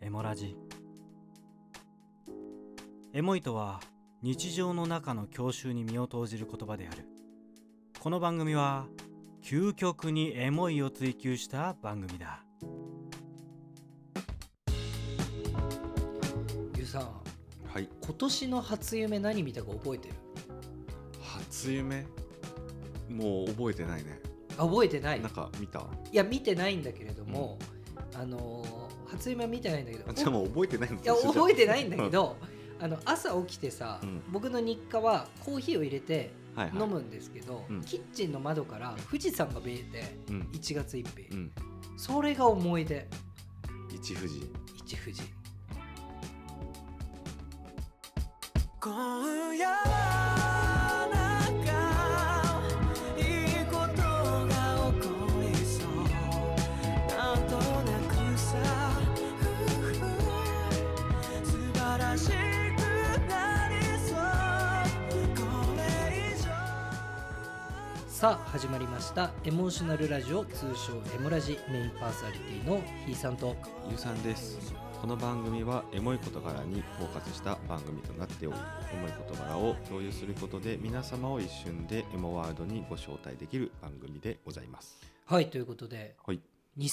エモラジ。エモいとは日常の中の郷愁に身を投じる言葉である。この番組は究極にエモいを追求した番組だ。 ゆうさん、 はい。 今年の初夢何見たか覚えてる？ 初夢もう覚えてないね。 覚えてない？ なんか見た？ いや見てないんだけれども、初夢は見てないんだけど。 じゃあもう覚えてないんいや覚えてないんだけど朝起きてさ、 うん、 僕の日課はコーヒーを入れてはいはい、 飲むんですけど、 うん、 キッチンの窓から富士山が見えて、 うん、 1月1日、 うん、 それが思い出。 一富士。 一富士。 今夜はなんかいいことが起こりそう、なんとなくさ、素晴らしくなりそう、これ以上。 さあ始まりましたエモーショナルラジオ、通称エモラジ。メインパーソナリティのひーさんとゆうさんです。この番組はエモい事柄にフォーカスした番組となっており、エモい事柄を共有することで皆様を一瞬でエモワールドにご招待できる番組でございます。 はい、ということで、 はい、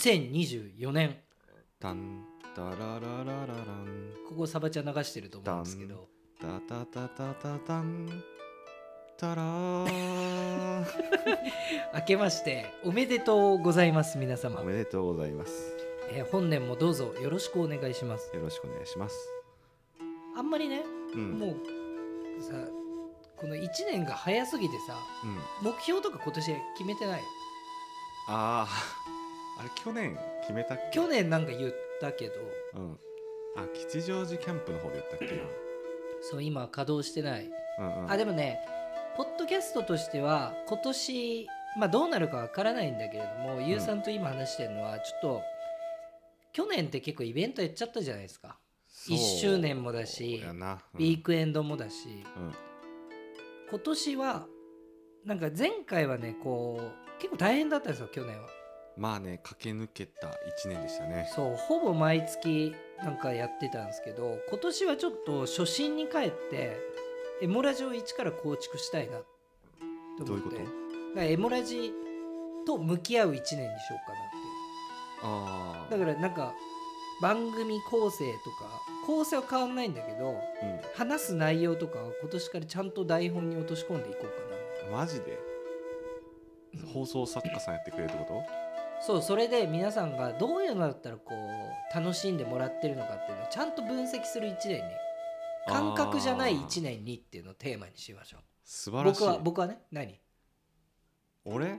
2024年、 タンタラララララン、 ここサバちゃん流してると思うんですけど、 タタタタタタンタラー明けましておめでとうございます。皆様おめでとうございます。 本年もどうぞよろしくお願いします。 よろしくお願いします。 あんまりね、 うん、 もうさ、この1年が早すぎてさ、 うん、 目標とか今年決めてない？ あれ去年決めたっけ？ 去年なんか言ったけど、 うん、吉祥寺キャンプの方で言ったっけな。 そう、今稼働してない。 うんうん、 でもね、ポッドキャストとしては今年、どうなるかわからないんだけれども、ゆうさんと今話してるのはちょっと、去年って結構イベントやっちゃったじゃないですか。1周年もだし、 やな、 ウィークエンドもだし、今年はなんか前回はね、こう結構大変だったんですよ、去年は。 まあね、駆け抜けた1年でしたね。 そう、ほぼ毎月なんかやってたんですけど、今年はちょっと初心に帰ってエモラジを一から構築したいなと思って。 どういうこと？ だからエモラジと向き合う1年にしようかなっていう。だからなんか番組構成とか構成は変わんないんだけど、話す内容とかは今年からちゃんと台本に落とし込んでいこうかな。 マジで？放送作家さんやってくれるってこと？ そう、それで皆さんがどういうのだったらこう楽しんでもらってるのかっていうのをちゃんと分析する1年に、感覚じゃない1年にっていうのをテーマにしましょう。 素晴らしい。 僕はね、何？ 俺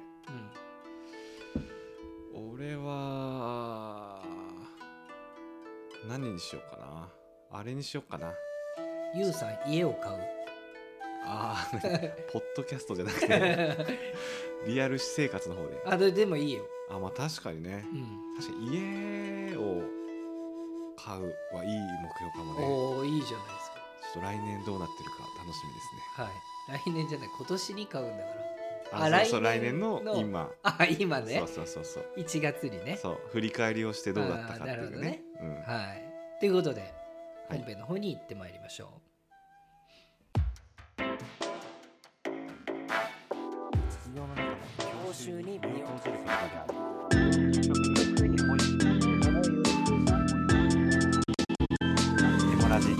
は何にしようかな。あれにしようかな。 ゆうさん、家を買う？ ポッドキャストじゃなくてリアル私生活の方で。 でもいいよ。 確かにね、確かに家を買うはいい目標かもね。 いいじゃないですか。 ちょっと来年どうなってるか楽しみですね。 はい、来年じゃない、今年に買うんだから。 来年の今。 今ね。 そう 1月にね。 そう、振り返りをしてどうだったかっていうね。 ということで本編の方に行ってまいりましょう。教習に身を投じることがある。エモラジ。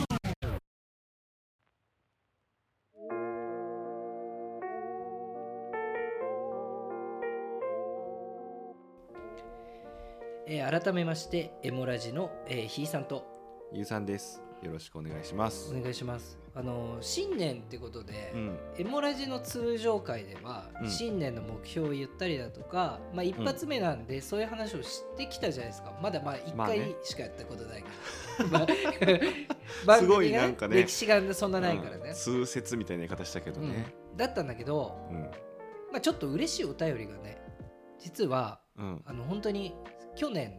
改めましてエモラジの、ひーさんとゆうさんです。よろしくお願いします。 お願いします。新年ってことで、エモラジの通常回では、新年の目標を言ったりだとか、一発目なんでそういう話をしてきたじゃないですか。まだ1回しかやったことないからすごいなんかね、 歴史がそんなないからね、 通説みたいな言い方したけどね、 だったんだけど、ちょっと嬉しいお便りがね、実は、本当に去年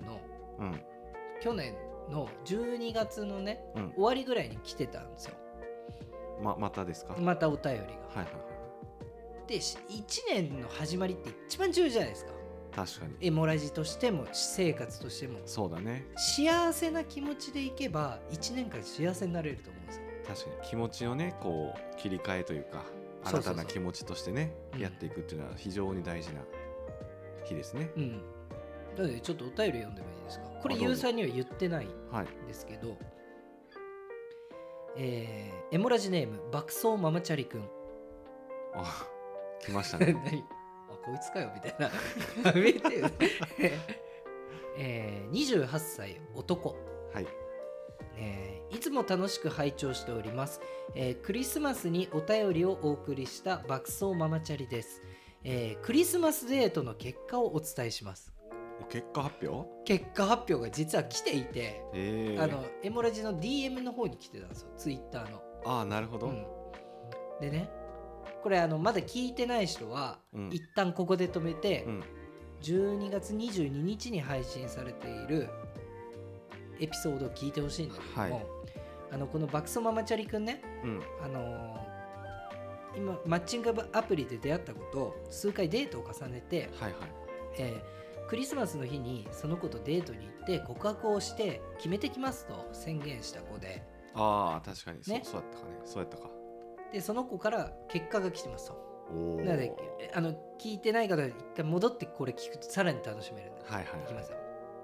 の12月のね、終わりぐらいに来てたんですよ。 またですか？ またお便りが。で、1年の始まりって一番重要じゃないですか。 確かにエモラジとしても私生活としてもそうだね。 幸せな気持ちでいけば1年間幸せになれると思うんですよ。 確かに気持ちをねこう切り替えというか新たな気持ちとしてねやっていくっていうのは非常に大事な日ですね。 うん。なのでちょっとお便り読んでもいいですか。これユーさんには言ってないんですけど、エモラジネーム爆走ママチャリくん。 あ、来ましたね。 何こいつかよみたいなやめてよ28歳男。 はい。 いつも楽しく拝聴しております。クリスマスにお便りをお送りした爆走ママチャリです。クリスマスデートの結果をお伝えします。 結果発表？ 結果発表が実は来ていて、エモラジの DM の方に来てたんですよ、ツイッターの。 ああ、なるほど。 でね、これまだ聞いてない人は、一旦ここで止めて、12月22日に配信されているエピソードを聞いてほしいんだけども、この爆走ママチャリくんね、今マッチングアプリで出会った子と数回デートを重ねて、クリスマスの日にその子とデートに行って告白をして決めてきますと宣言した子で、 ああ確かに、 ね、 そうやったかね、そうやったか。 でその子から結果が来てますと。なので聞いてない方は一回戻ってこれ聞くとさらに楽しめるんで、いきますよ。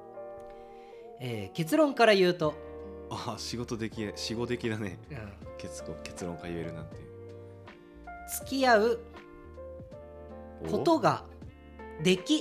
結論から言うと、 ああ、死後的だね、結論から言えるなんて。 付き合うことができ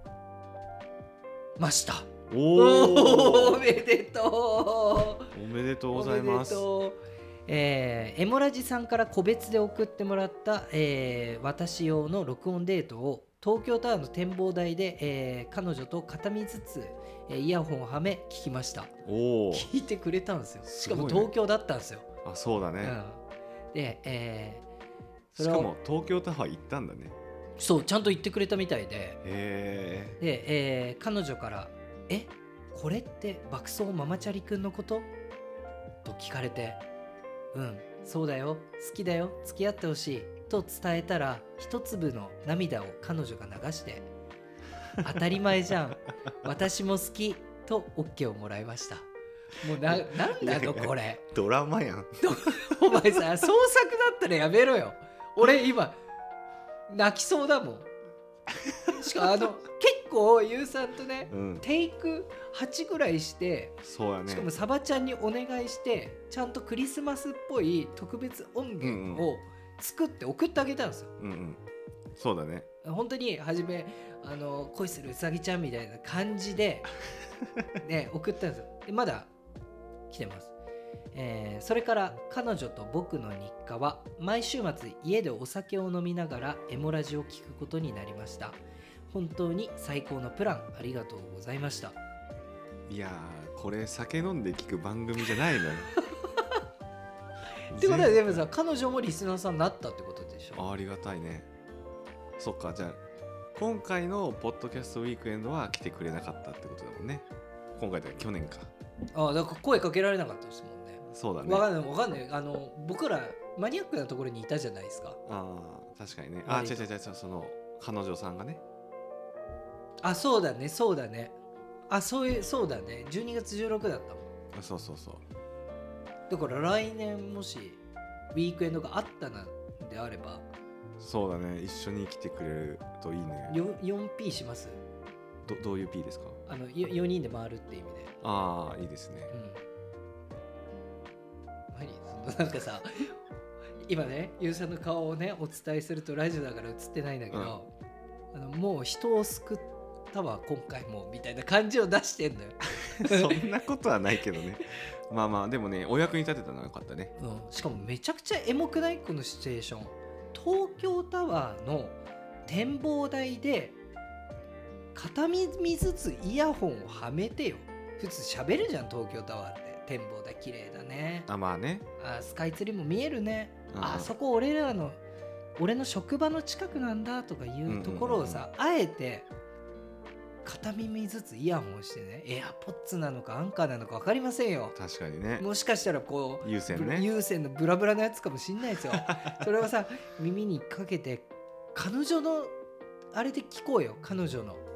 ました。おめでとう。 おめでとうございます。 エモラジさんから個別で送ってもらった、私用の録音デートを東京タワーの展望台で、彼女と片身ずつ、イヤホンをはめ聞きました。聞いてくれたんですよ。しかも東京だったんですよ。 あ、そうだね。 で、 しかも東京タワー行ったんだね。 そう、ちゃんと言ってくれたみたいで、で、彼女からこれって爆走ママチャリくんのこと？と聞かれて、そうだよ、好きだよ、付き合ってほしいと伝えたら、一粒の涙を彼女が流して、当たり前じゃん、私も好きと OK をもらいました。もうなんなのこれ。 ドラマやん。 お前さ、創作だったらやめろよ。俺今泣きそうだもん。しかも結構ゆうさんとね、テイク8ぐらいして、 そうやね、 しかもサバちゃんにお願いしてちゃんとクリスマスっぽい特別音源を作って送ってあげたんですよ。 そうだね。 本当に初め恋するうさぎちゃんみたいな感じで、ね、送ったんですよ。でまだ来てます。それから彼女と僕の日課は毎週末家でお酒を飲みながらエモラジを聞くことになりました。本当に最高のプランありがとうございました。 いやー、これ酒飲んで聞く番組じゃないのよ。 ってことはでもさ、彼女もリスナーさんになったってことでしょ。 ありがたいね。そっか、じゃあ今回のポッドキャストウィークエンドは来てくれなかったってことだもんね。今回だ去年か。 だから声かけられなかったですもんね。 そうだね。 わかんない。僕らマニアックなところにいたじゃないですか。 確かにね。違うその彼女さんがね。 そうだね。そうだね。12月16だったもん。 そう。 だから来年もしウィークエンドがあったのであれば、 そうだね、一緒に来てくれるといいね。 4P します？ どういう P ですか ？4人で回るって意味で。 いいですね。 なんかさ、今ね、ゆうさんの顔をねお伝えするとラジオだから映ってないんだけど、もう人を救ったわ今回もみたいな感じを出してんのよ。 そんなことはないけどね。まあでもね、お役に立てたのはよかったね。 しかもめちゃくちゃエモくない？このシチュエーション。東京タワーの展望台で片耳ずつイヤホンをはめてよ。普通喋るじゃん、東京タワーって。展望台綺麗だね。 まあね。 スカイツリーも見えるね。そこ俺の職場の近くなんだとかいうところをさ、あえて片耳ずつイヤホンしてね、エアポッツなのかアンカーなのか分かりませんよ。 確かにね。 もしかしたらこう有線のブラブラのやつかもしんないですよ。それをさ耳にかけて彼女のあれで聞こうよ。彼女の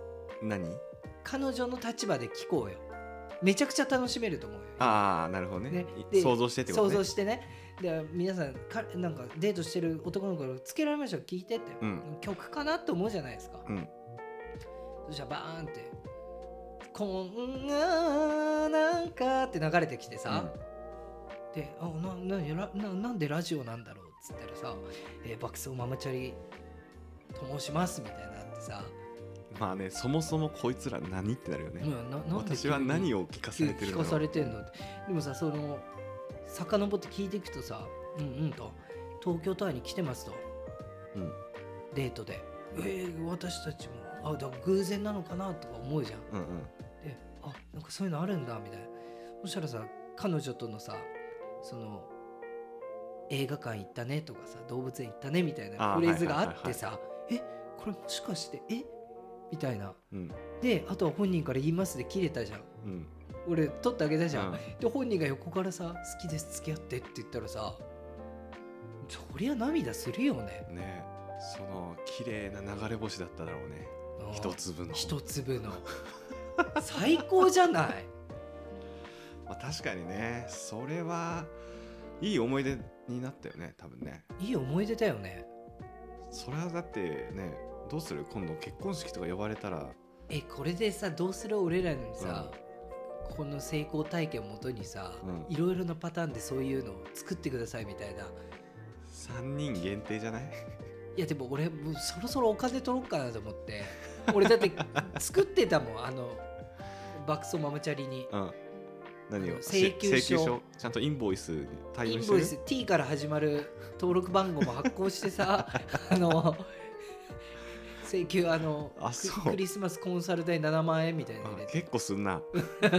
何？ 彼女の立場で聞こうよ。めちゃくちゃ楽しめると思うよ。 ああ、なるほど ね。想像してってことね。 想像してね。で皆さんなんかデートしてる男の子がつけられました聞いてって、曲かなって思うじゃないですか。そしたらバーンってこんななんかって流れてきてさ、でなんでラジオなんだろうっつったらさ、爆走ママチャリと申しますみたいなってさ、 まあね、そもそもこいつら何ってなるよね。私は何を聞かされてるの？ 聞かされてんのって。でもさ、その遡って聞いていくとさ、と東京タワーに来てますと、デートで、私たちもだから偶然なのかなとか思うじゃん。で、なんかそういうのあるんだみたいな。そしたらさ、彼女とのさ、その映画館行ったねとかさ、動物園行ったねみたいなフレーズがあってさ、これもしかしてみたいな、で、あとは本人から言いますで切れたじゃん、俺撮ってあげたじゃん、で本人が横からさ、好きです付き合ってって言ったらさ、そりゃ涙するよね。 ね、その綺麗な流れ星だっただろうね。一粒の最高じゃない。 確かにね、それはいい思い出になったよね、多分ね。 いい思い出だよね。 それはだってね、どうする？今度結婚式とか呼ばれたら、 これでさ、どうする？俺らにさ、この成功体験をもとにさ、いろいろなパターンでそういうのを作ってくださいみたいな。 3人限定じゃない？ いやでも俺もうそろそろお金取ろうかなと思って。俺だって作ってたもん、爆走ママチャリに、 何を請求書ちゃんとインボイスに対応してる。 インボイス T から始まる登録番号も発行してさ請求クリスマスコンサル代7万円みたいな入れて。 結構すんな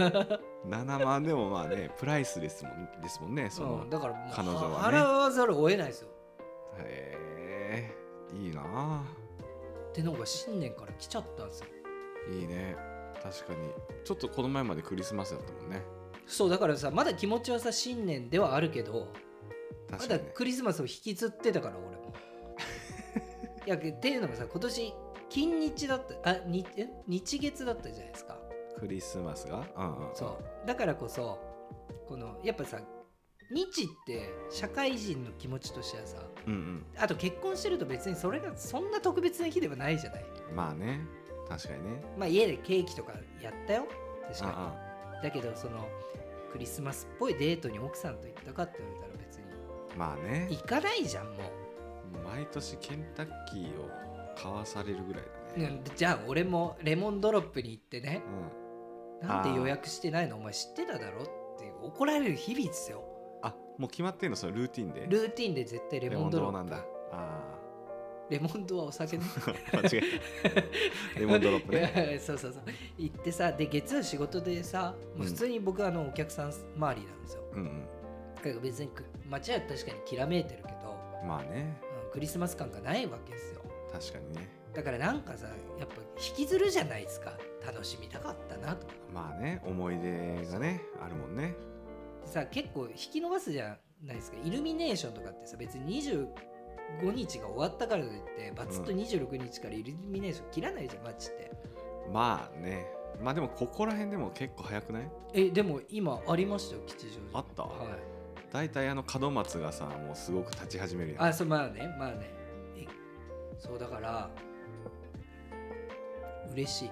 7万でもまあね、プライスですもんね、そのだからもう彼女はね、 払わざるを得ないですよ。 へえ、いいなってのが新年から来ちゃったんですよ。 いいね、確かに。ちょっとこの前までクリスマスだったもんね。 そうだからさ、まだ気持ちはさ新年ではあるけど、まだクリスマスを引きずってたから俺もいやっていうのがさ、今年金日だった日月だったじゃないですか、 クリスマスが。 そうだからこそ、このやっぱさ、日って社会人の気持ちとしてはさ、あと結婚してると別にそれがそんな特別な日ではないじゃない。 まあね、確かにね。 まあ家でケーキとかやったよ、確かに。だけどそのクリスマスっぽいデートに奥さんと行ったかって言われたら別にまあね、 行かないじゃん。もう毎年ケンタッキーを買わされるぐらいだね。 じゃあ俺もレモンドロップに行ってね、なんで予約してないのお前知ってただろって怒られる日々ですよ。 もう決まってんの？そのルーティンで？ ルーティンで絶対レモンドロップなんだ。 レモンドはお酒ね間違えたレモンドロップねそう行ってさ、で月曜仕事でさ、もう普通に僕はお客さん周りなんですよ。だから別に街は確かにきらめいてるけど、 まあね、 クリスマス感がないわけですよ。 確かにね。 だからなんかさ、やっぱ引きずるじゃないですか。楽しみたかったなとか。 まあね、思い出がねあるもんね。 さ、結構引き伸ばすじゃないですか。イルミネーションとかってさ、別に25日が終わったからといってバツッと26日からイルミネーション切らないじゃん、街って。 まあね、まあでもここら辺でも結構早くない？ でも今ありましたよ、吉祥寺。 あった？ はい。 大体門松がさ、もうすごく立ち始めるやん。 そう、まあね。そうだから嬉しい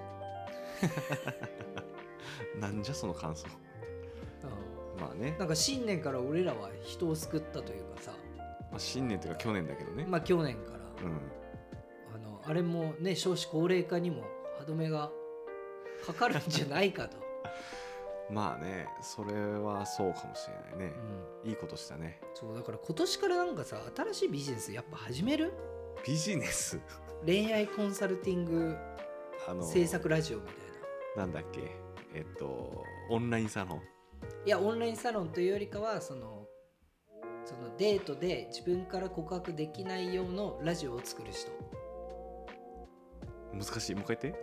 なんじゃその感想。まあね、 なんか新年から俺らは人を救ったというかさ、 新年というか去年だけどね。 去年から、あれもね、少子高齢化にも歯止めがかかるんじゃないかとまあね、それはそうかもしれないね。いいことしたね。 そうだから今年からなんかさ、新しいビジネスやっぱ始める？ ビジネス恋愛コンサルティング制作ラジオみたいな。なんだっけ、オンラインサロン。 いや、オンラインサロンというよりかはそのデートで自分から告白できない用のラジオを作る人。 難しい、もう一回言って。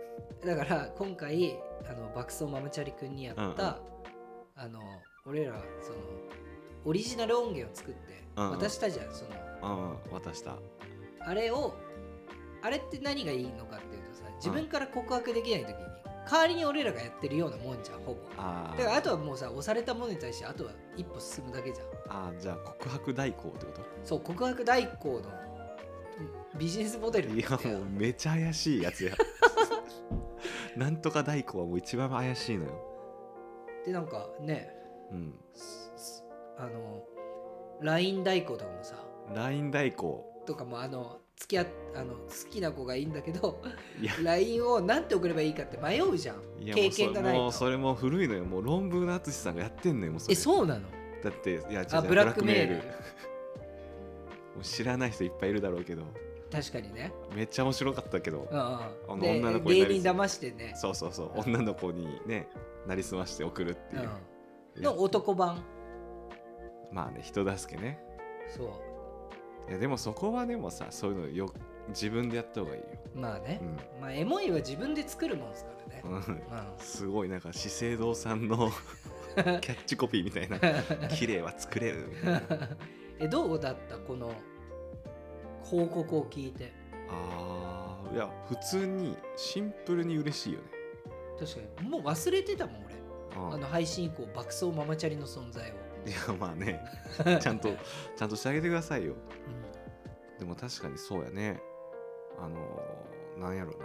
だから今回爆走ママチャリくんにやった、俺らそのオリジナル音源を作って渡したじゃん。 渡した。 あれって何がいいのかっていうとさ、自分から告白できない時に代わりに俺らがやってるようなもんじゃんほぼ。だからあとはもうさ押されたものに対してあとは一歩進むだけじゃん。 じゃあ告白代行ってこと？ そう告白代行のビジネスモデル。 いやもうめちゃ怪しいやつやなんとか代行はもう一番怪しいのよ。 でなんかね、LINE 代行とかもさ LINE 代行とかも付き合っ好きな子がいいんだけど LINE をなんて送ればいいかって迷うじゃん。経験がないと。 もうそれも古いのよ。もう論文の淳さんがやってんのよ。もうそれそうなの？ だってブラックメールもう知らない人いっぱいいるだろうけど。 確かにね。 めっちゃ面白かったけど、 で女の子芸人騙してね。 そう女の子にねなりすまして送るっていう、 の男版。 まあね、人助けね。 そういやでもそこはでもさ、そういうの自分でやった方がいいよ。 まあね、まあエモいは自分で作るもんですからね。 すごいなんか資生堂さんのキャッチコピーみたいな綺麗は作れるみたいなどうだったこの報告を聞いて。 いや普通にシンプルに嬉しいよね。 確かにもう忘れてたもん俺。配信以降爆走ママチャリの存在を。 いやまあねちゃんとしてあげてくださいよ、でも確かにそうやね。なんやろな、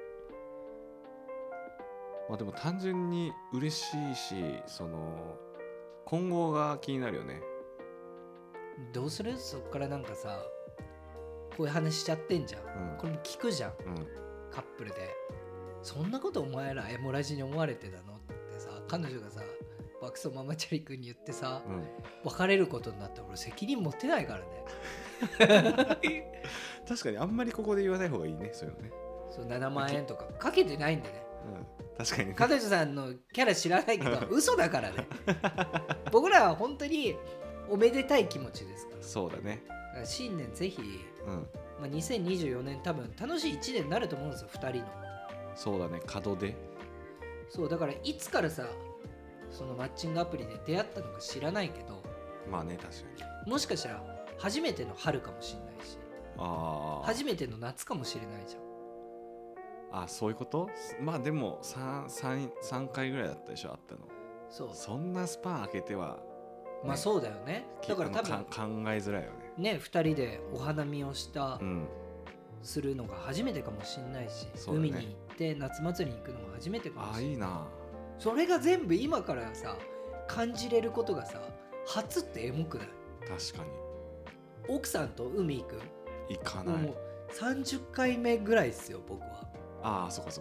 まあでも単純に嬉しいし、今後が気になるよね。 どうする？そっからなんかさこういう話しちゃってんじゃん、これも聞くじゃん、カップルでそんなことお前らエモラジに思われてたのってさ、彼女がさ爆走ママチャリ君に言ってさ、別れることになったら俺責任持ってないからね確かにあんまりここで言わない方がいいね、そういうのね。 そう7万円とかかけてないんでね、 確かにね。 彼女さんのキャラ知らないけど嘘だからね僕らは本当におめでたい気持ちですから。 そうだね。 だから新年ぜひ、2024年多分楽しい1年になると思うんですよ、2人の。 そうだね、門出。 そうだからいつからさそのマッチングアプリで出会ったのか知らないけど、 まあね、確かにもしかしたら初めての春かもしれないし、初めての夏かもしれないじゃん。 そういうこと？まあでも 3回ぐらいだったでしょ、あったの。そんなスパン開けては、 まあそうだよね。だから多分考えづらいよね。2人でお花見をするのが初めてかもしれないし、海に行って夏祭りに行くのも初めてかもしれない。 いいな。 それが全部今からさ感じれることがさ、初ってエモくない？ 確かに。 奥さんと海行く？ 行かない。 もう30回目ぐらいですよ僕は。 そっか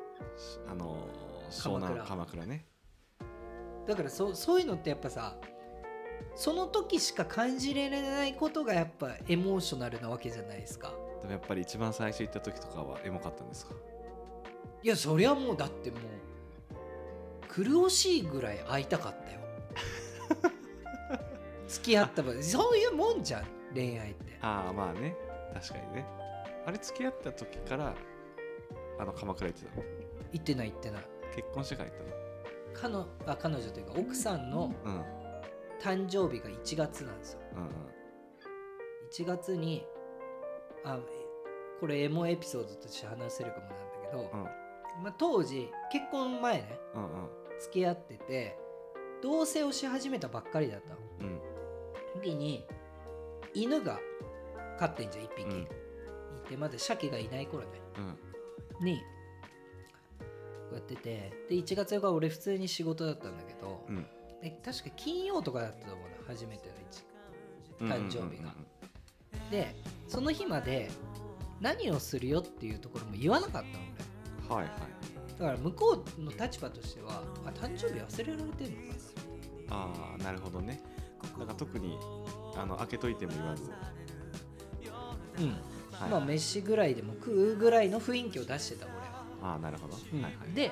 湘南鎌倉ね。 だからそういうのってやっぱさ、その時しか感じれないことがやっぱエモーショナルなわけじゃないですか。 でもやっぱり一番最初行った時とかはエモかったんですか？ いやそりゃもうだってもう苦しいぐらい会いたかったよ付き合った場合そういうもんじゃん恋愛って。 まあね、確かにね。あれ付き合った時から鎌倉行ってたの？ 行ってない。 結婚してから行ったの？彼女というか奥さんの誕生日が1月なんですよ、1月にこれエモエピソードとして話せるかもなんだけど、当時結婚前ね、付き合ってて同棲をし始めたばっかりだったの、時に犬が飼ってんじゃん1匹、いてまだ鮭がいない頃ね、にこうやってて、で1月4日俺普通に仕事だったんだけど、で確か金曜とかだったと思うな、初めての誕生日が、でその日まで何をするよっていうところも言わなかったの俺。だから向こうの立場としては誕生日忘れられてるのかな。 なるほどね。なんか特に開けといても言わず、 まあ飯ぐらいでも食うぐらいの雰囲気を出してた俺は。 なるほど、 で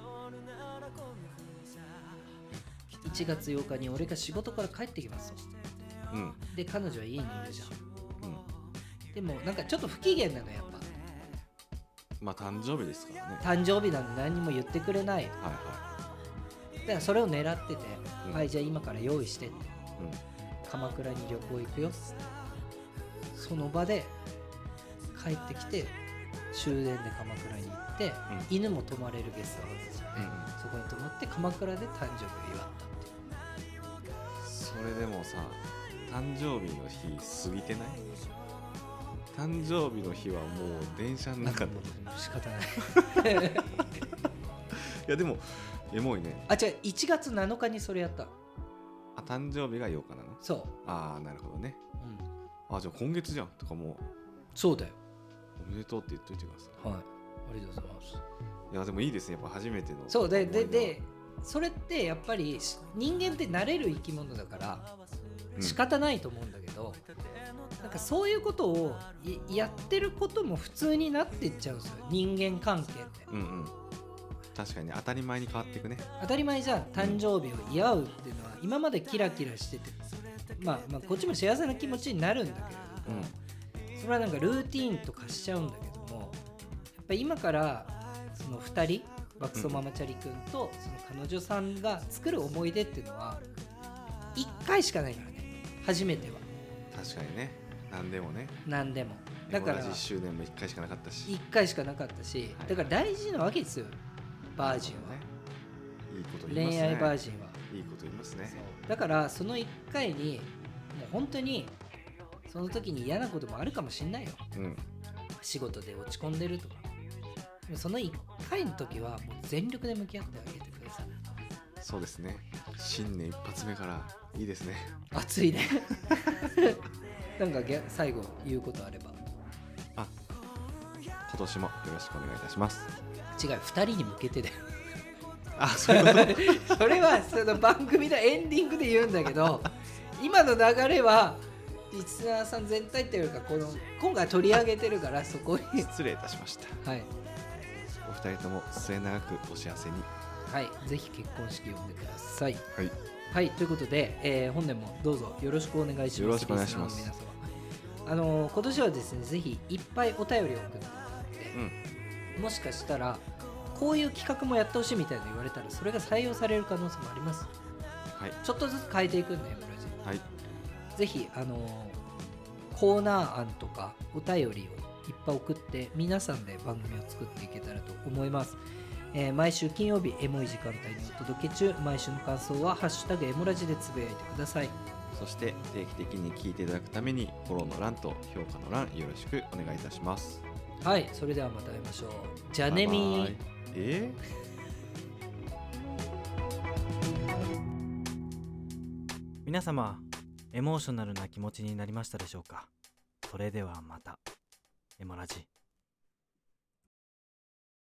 1月8日に俺が仕事から帰ってきますと、で彼女は家にいるじゃん、でもなんかちょっと不機嫌なのやっぱ。 まあ誕生日ですからね。 誕生日なんで何も言ってくれない、だからそれを狙ってて、じゃあ今から用意してって、鎌倉に旅行行くよ、その場で帰ってきて終電で鎌倉に行って、犬も泊まれるゲストハウスなので、そこに泊まって鎌倉で誕生日を祝ったっていう。 それでもさ、誕生日の日過ぎてない？誕生日の日はもう電車の中で仕方ないいやでもエモいね。 あ、違う、1月7日にそれやった。 あ、誕生日が8日なの？ そう。 ああ、なるほどね、あ、じゃあ今月じゃんとかもう。 そうだよ。 おめでとうって言っといてください。 はい、ありがとうございます。 いやでもいいですね、やっぱ初めての。 そうでそれってやっぱり人間って慣れる生き物だから仕方ないと思うんだけど、なんかそういうことをやってることも普通になっていっちゃうんですよ、人間関係って。 確かにね、当たり前に変わっていくね。 当たり前じゃん、誕生日を祝うっていうのは今までキラキラしてて、まあこっちも幸せな気持ちになるんだけれども、それはなんかルーティーンとかしちゃうんだけども、やっぱ今からその2人バクソママチャリ君とその彼女さんが作る思い出っていうのは1回しかないからね、初めては。 確かにね、何でもね。 何でもだから 10周年も1回しかなかったし、 1回しかなかったし、だから大事なわけですよ、バージンは、 いいこと言いますね。 恋愛バージンはいいこと言いますね。 だからその1回にもう本当にその時に嫌なこともあるかもしんないよ、仕事で落ち込んでるとか。でもその1回の時はもう全力で向き合ってあげてください。 そうですね、新年一発目からいいですね。 熱いねなんか最後言うことあれば。 あ、今年もよろしくお願いいたします。 違う、2人に向けてだよあ、そういうことそれはその番組のエンディングで言うんだけど今の流れはリスナーさん全体っていうか、この今回取り上げてるからそこに失礼いたしました。 はい、 お二人とも末永くお幸せに。 はい、ぜひ結婚式呼んでください。 はい、 はい、ということで、本年もどうぞよろしくお願いします。 よろしくお願いします。 皆様、今年はですね、ぜひいっぱいお便りを送ってもらって、もしかしたらこういう企画もやってほしいみたいな言われたらそれが採用される可能性もあります。 はい、 ちょっとずつ変えていくんで、ブラジル。 はい、 ぜひコーナー案とかお便りをいっぱい送って皆さんで番組を作っていけたらと思います。毎週金曜日エモい時間帯にお届け中、毎週の感想はハッシュタグエモラジでつぶやいてください。 そして定期的に聞いていただくためにフォローの欄と評価の欄よろしくお願いいたします。 はい、それではまた会いましょう。じゃあねみー。 皆様、エモーショナルな気持ちになりましたでしょうか。それではまたエモラジ。